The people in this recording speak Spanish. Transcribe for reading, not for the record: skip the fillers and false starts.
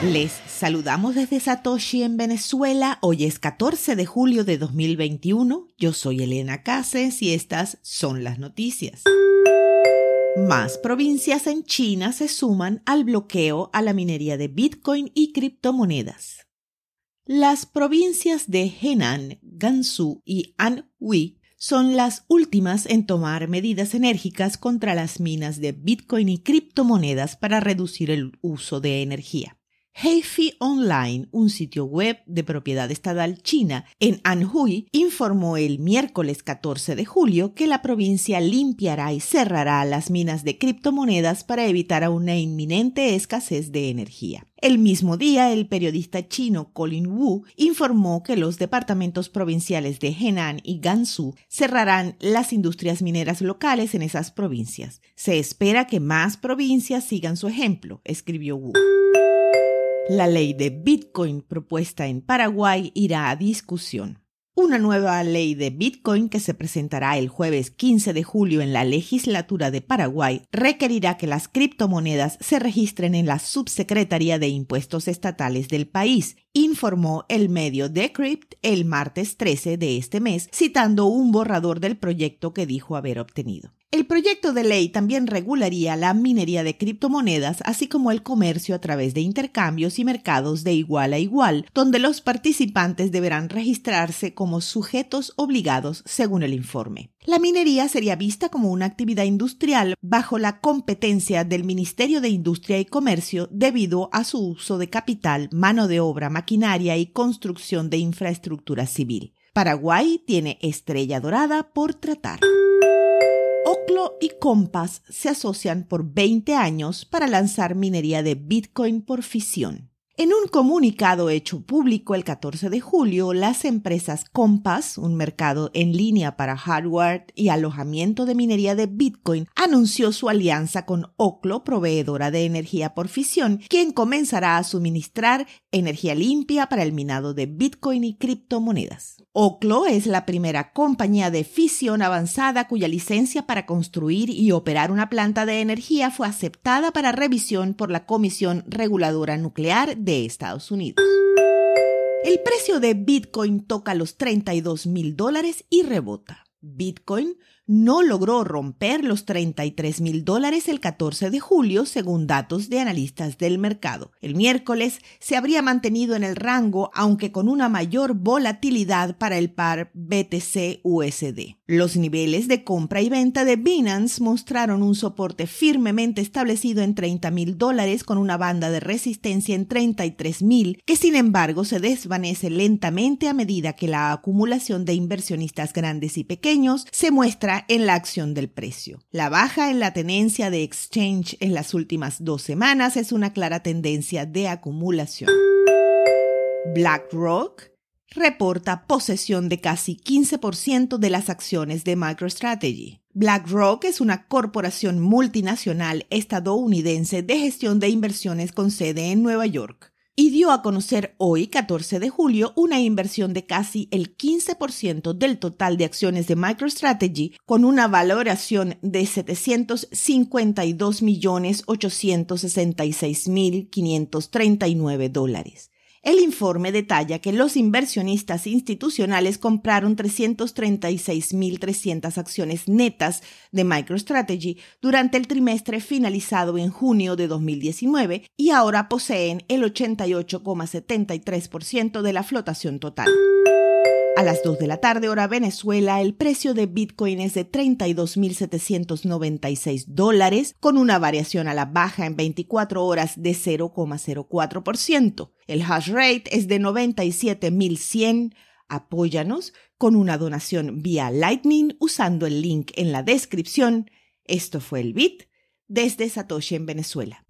Les saludamos desde Satoshi en Venezuela. Hoy es 14 de julio de 2021. Yo soy Elena Cases y estas son las noticias. Más provincias en China se suman al bloqueo a la minería de Bitcoin y criptomonedas. Las provincias de Henan, Gansu y Anhui son las últimas en tomar medidas enérgicas contra las minas de Bitcoin y criptomonedas para reducir el uso de energía. Heifi Online, un sitio web de propiedad estatal china en Anhui, informó el miércoles 14 de julio que la provincia limpiará y cerrará las minas de criptomonedas para evitar una inminente escasez de energía. El mismo día, el periodista chino Colin Wu informó que los departamentos provinciales de Henan y Gansu cerrarán las industrias mineras locales en esas provincias. Se espera que más provincias sigan su ejemplo, escribió Wu. La ley de Bitcoin propuesta en Paraguay irá a discusión. Una nueva ley de Bitcoin que se presentará el jueves 15 de julio en la legislatura de Paraguay requerirá que las criptomonedas se registren en la Subsecretaría de Impuestos Estatales del país, informó el medio Decrypt el martes 13 de este mes, citando un borrador del proyecto que dijo haber obtenido. El proyecto de ley también regularía la minería de criptomonedas, así como el comercio a través de intercambios y mercados de igual a igual, donde los participantes deberán registrarse como sujetos obligados según el informe. La minería sería vista como una actividad industrial bajo la competencia del Ministerio de Industria y Comercio debido a su uso de capital, mano de obra, maquinaria y construcción de infraestructura civil. Paraguay tiene estrella dorada por tratar. Oklo y Compass se asocian por 20 años para lanzar minería de Bitcoin por fisión. En un comunicado hecho público el 14 de julio, las empresas Compass, un mercado en línea para hardware y alojamiento de minería de Bitcoin, anunció su alianza con Oklo, proveedora de energía por fisión, quien comenzará a suministrar energía limpia para el minado de Bitcoin y criptomonedas. Oklo es la primera compañía de fisión avanzada cuya licencia para construir y operar una planta de energía fue aceptada para revisión por la Comisión Reguladora Nuclear de Estados Unidos. El precio de Bitcoin toca los $32,000 y rebota. Bitcoin no logró romper los $33,000 el 14 de julio, según datos de analistas del mercado. El miércoles se habría mantenido en el rango, aunque con una mayor volatilidad para el par BTC-USD. Los niveles de compra y venta de Binance mostraron un soporte firmemente establecido en $30,000 con una banda de resistencia en $33,000, que sin embargo se desvanece lentamente a medida que la acumulación de inversionistas grandes y pequeños se muestra en la acción del precio. La baja en la tenencia de exchange en las últimas 2 semanas es una clara tendencia de acumulación. BlackRock reporta posesión de casi 15% de las acciones de MicroStrategy. BlackRock es una corporación multinacional estadounidense de gestión de inversiones con sede en Nueva York. Y dio a conocer hoy, 14 de julio, una inversión de casi el 15% del total de acciones de MicroStrategy con una valoración de $752,866,539. El informe detalla que los inversionistas institucionales compraron 336,300 acciones netas de MicroStrategy durante el trimestre finalizado en junio de 2019 y ahora poseen el 88,73% de la flotación total. A las 2 de la tarde, hora Venezuela, el precio de Bitcoin es de $32,796, con una variación a la baja en 24 horas de 0,04%. El hash rate es de 97,100. Apóyanos con una donación vía Lightning usando el link en la descripción. Esto fue el Bit desde Satoshi en Venezuela.